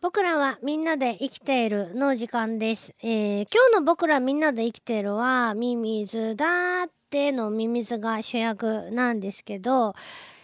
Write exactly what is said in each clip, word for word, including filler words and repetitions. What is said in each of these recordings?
僕らはみんなで生きているの時間です。えー、今日の僕らみんなで生きているはミミズだってのミミズが主役なんですけど、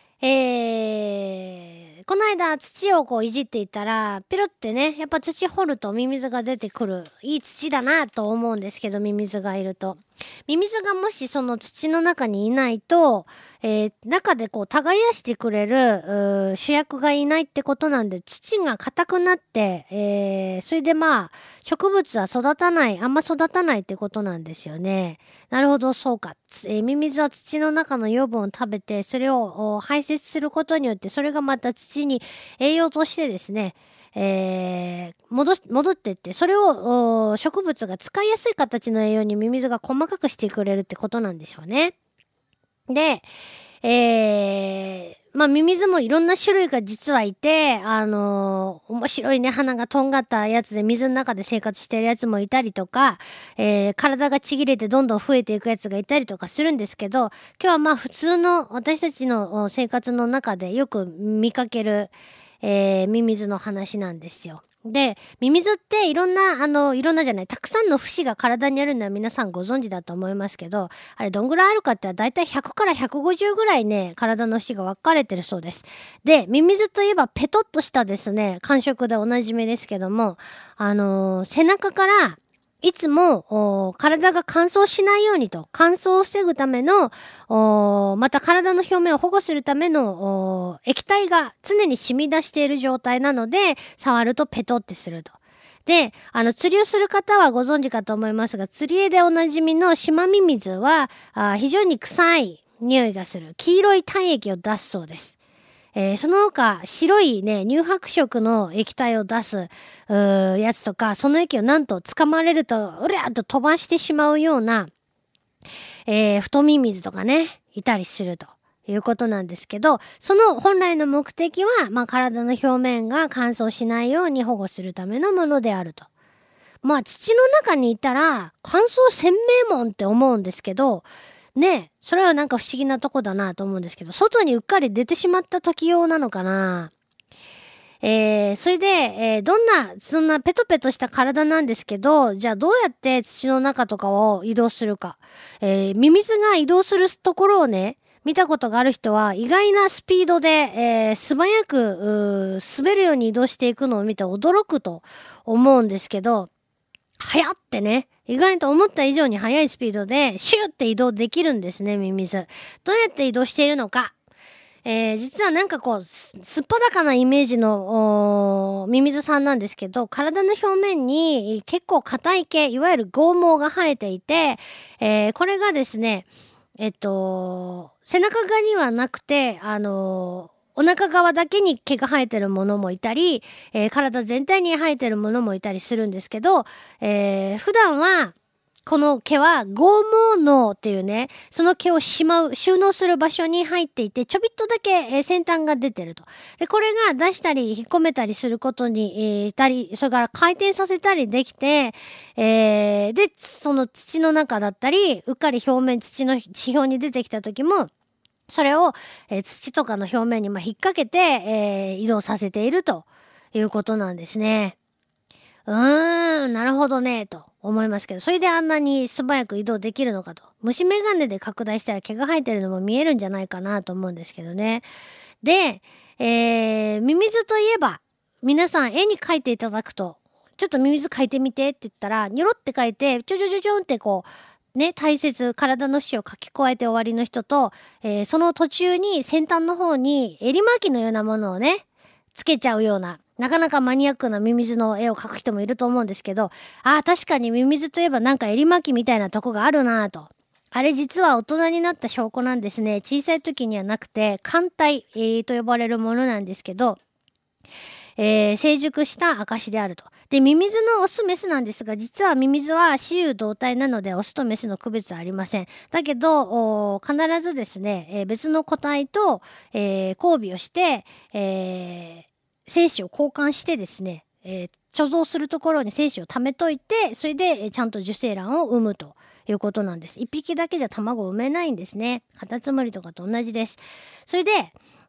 えー、この間土をこういじっていたら、ピロってね、やっぱ土掘るとミミズが出てくる。いい土だなと思うんですけど、ミミズがいると。ミミズがもしその土の中にいないと、えー、中でこう耕してくれるうー主役がいないってことなんで、土が硬くなって、えー、それでまあ、植物は育たない、あんま育たないってことなんですよね。なるほど、そうか。えーミミズは土の中の養分を食べて、それをお排泄することによって、それがまた土に栄養としてですね、えー戻し、戻ってって、それをお植物が使いやすい形の栄養にミミズが細かくしてくれるってことなんでしょうね。で、えー、まあ、ミミズもいろんな種類が実はいて、あのー面白いね、鼻がとんがったやつで水の中で生活してるやつもいたりとか、えー、体がちぎれてどんどん増えていくやつがいたりとかするんですけど、今日はまあ普通の私たちのお生活の中でよく見かける、えー、ミミズの話なんですよ。で、ミミズっていろんな、あの、いろんなじゃない、たくさんの節が体にあるのは皆さんご存知だと思いますけど、あれどんぐらいあるかってだいたいひゃくからひゃくごじゅうぐらいね、体の節が分かれてるそうです。で、ミミズといえばペトッとしたですね、感触でおなじみですけども、あのー背中からいつもお体が乾燥しないようにと、乾燥を防ぐための、おまた体の表面を保護するためのお液体が常に染み出している状態なので、触るとペトってすると。で、あの、釣りをする方はご存知かと思いますが、釣り絵でおなじみのシマミミズは、あ非常に臭い匂いがする黄色い体液を出すそうです。えーその他、白いね、乳白色の液体を出す、うーやつとか、その液をなんと掴まれると、うりゃーっと飛ばしてしまうような、えー太ミミズとかね、いたりするということなんですけど、その本来の目的は、まあ体の表面が乾燥しないように保護するためのものであると。まあ土の中にいたら乾燥鮮明もんって思うんですけど、ねえ、それはなんか不思議なとこだなと思うんですけど、外にうっかり出てしまった時用なのかな。えー、それで、えーどんな、そんなペトペトした体なんですけど、じゃあどうやって土の中とかを移動するか。えーミミズが移動するところをね、見たことがある人は意外なスピードで、えー素早く、うー滑るように移動していくのを見て驚くと思うんですけど、速ってね、意外と思った以上に速いスピードでシューって移動できるんですね、ミミズ。どうやって移動しているのか。えー、実はなんかこう、すすっぱだかなイメージの、おーミミズさんなんですけど、体の表面に結構硬い毛、いわゆる剛毛が生えていて、えー、これがですね、えっと、背中側にはなくて、あのーお腹側だけに毛が生えてるものもいたり、えー体全体に生えてるものもいたりするんですけど、えー普段は、この毛は剛毛脳っていうね、その毛をしまう、収納する場所に入っていて、ちょびっとだけ、えー先端が出てると。で、これが出したり引っ込めたりすることに、えーいたり、それから回転させたりできて、えーで、その土の中だったり、うっかり表面、土の地表に出てきた時も、それを、えー土とかの表面にまあ引っ掛けて、えー移動させているということなんですね。うーん、なるほどね、と思いますけど、それであんなに素早く移動できるのかと。虫眼鏡で拡大したら毛が生えてるのも見えるんじゃないかなと思うんですけどね。で、えー、ミミズといえば、皆さん絵に描いていただくと、ちょっとミミズ描いてみてって言ったら、ニョロって描いて、ちょちょちょちょんってこう、ね、大切、体の節を書き加えて終わりの人と、えーその途中に先端の方に襟巻きのようなものをね、つけちゃうような、なかなかマニアックなミミズの絵を描く人もいると思うんですけど、ああ、確かにミミズといえばなんか襟巻きみたいなとこがあるなぁと。あれ実は大人になった証拠なんですね。小さい時にはなくて、肝体、えーと呼ばれるものなんですけど、えー成熟した証であると。で、ミミズのオスメスなんですが、実はミミズは雌雄同体なので、オスとメスの区別はありません。だけど、おー必ずですね、えー別の個体と、えー交尾をして、えー精子を交換してですね、えー貯蔵するところに精子を貯めといて、それで、えーちゃんと受精卵を産むということなんです。一匹だけじゃ卵を産めないんですね。カタツムリとかと同じです。それで、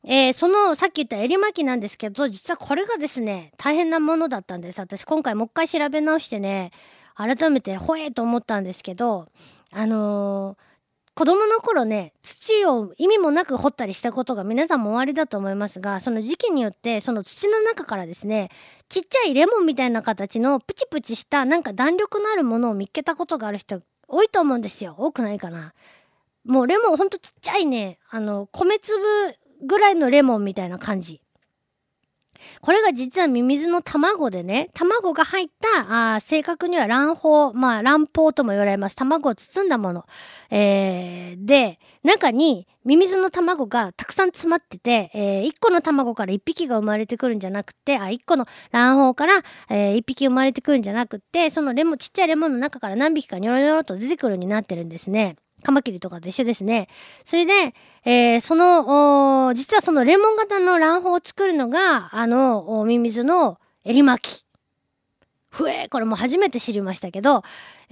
えー、そのさっき言ったエリマキなんですけど、実はこれがですね大変なものだったんです。私今回もう一回調べ直してね、改めてほえーと思ったんですけど、あのー、子供の頃ね、土を意味もなく掘ったりしたことが皆さんもおありだと思いますが、その時期によってその土の中からですね、ちっちゃいレモンみたいな形のプチプチしたなんか弾力のあるものを見っけたことがある人多いと思うんですよ。多くないかな。もうレモンほんとちっちゃいね、あの米粒ぐらいのレモンみたいな感じ。これが実はミミズの卵でね、卵が入った、あ正確には卵胞、まあ卵胞とも言われます。卵を包んだもの。えー、で、中にミミズの卵がたくさん詰まってて、えー、いっこの卵からいっぴきが生まれてくるんじゃなくて、あ、いっこの卵胞から、えー、いっぴき生まれてくるんじゃなくて、そのレモン、ちっちゃいレモンの中から何匹かニョロニョロと出てくるようになってるんですね。カマキリとかと一緒ですね。それで、えー、その、実はそのレモン型の卵胞を作るのが、あの、ミミズのエリマキ。ふえー、これも初めて知りましたけど、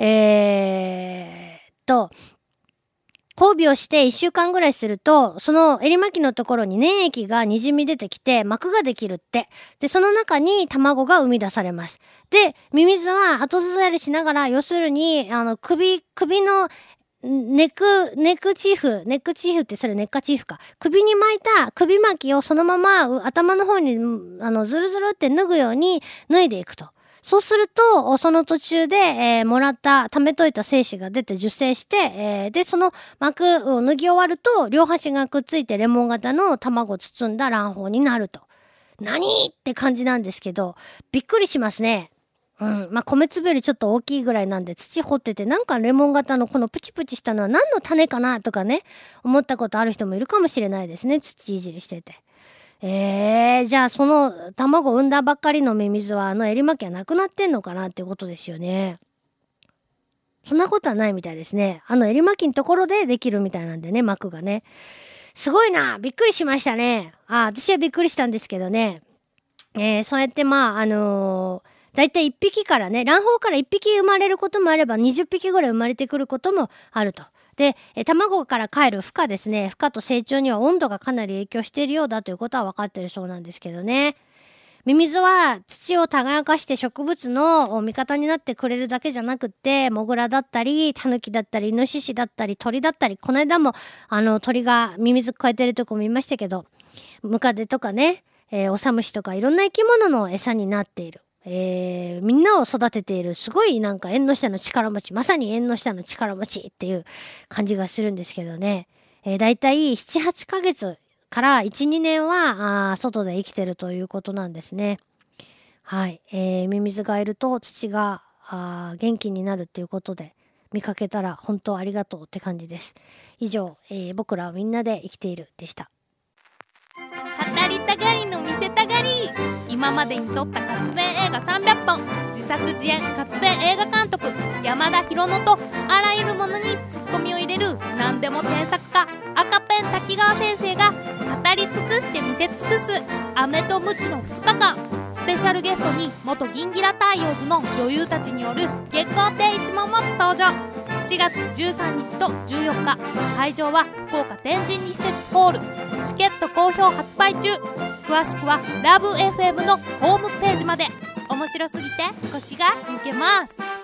えーっと、交尾をしていっしゅうかんぐらいすると、そのエリマキのところに粘液が滲み出てきて膜ができるって。で、その中に卵が生み出されます。で、ミミズは後ずさりしながら、要するに、あの、首、首の、ネック、ネックチーフ、ネックチーフってそれネッカチーフか。首に巻いた首巻きをそのまま頭の方に、あの、ずるずるって脱ぐように脱いでいくと。そうすると、その途中で、えー、もらった、貯めといた精子が出て受精して、えー、で、その膜を脱ぎ終わると、両端がくっついてレモン型の卵を包んだ卵胞になると。何って感じなんですけど、びっくりしますね。うん。まあ、米粒よりちょっと大きいぐらいなんで土掘ってて、なんかレモン型のこのプチプチしたのは何の種かなとかね、思ったことある人もいるかもしれないですね。土いじりしてて。えー、じゃあその卵を産んだばっかりのミミズはあのエリマキはなくなってんのかなってことですよね。そんなことはないみたいですね。あのエリマキのところでできるみたいなんでね、膜がね。すごいな。びっくりしましたね。あ、私はびっくりしたんですけどね。えー、そうやってまあ、あのーだいたいいっぴきからね、卵胞からいっぴき生まれることもあればにじゅっぴきぐらい生まれてくることもあると。で、え卵から帰る孵化ですね。孵化と成長には温度がかなり影響しているようだということは分かっているそうなんですけどね。ミミズは土を耕かして植物の味方になってくれるだけじゃなくって、モグラだったり、タヌキだったり、イノシシだったり、鳥だったり、この間もあの鳥がミミズくわえてるとこ見ましたけど、ムカデとかね、えー、オサムシとかいろんな生き物の餌になっている。えー、みんなを育てているすごいなんか縁の下の力持ち、まさに縁の下の力持ちっていう感じがするんですけどね。えー、だいたいなな、はちかげつからいち、にねんはあ外で生きてるということなんですね。はい。えー、ミミズがいると土があ元気になるっていうことで、見かけたら本当ありがとうって感じです。以上、えー、僕らはみんなで生きているでした。 語りたがりの見せたがり。今までに撮った活弁映画さんびゃっぽん、自作自演活弁映画監督山田博野と、あらゆるものにツッコミを入れる何でも添削家赤ペン滝川先生が語り尽くして見せ尽くす飴とムチのふつかかん。スペシャルゲストに元銀ギラ太陽図の女優たちによる月光亭一門も登場。しがつじゅうさんにちとじゅうよっか、会場は福岡天神西鉄ホール。チケット好評発売中。詳しくはラブ エフエム のホームページまで。面白すぎて腰が抜けます。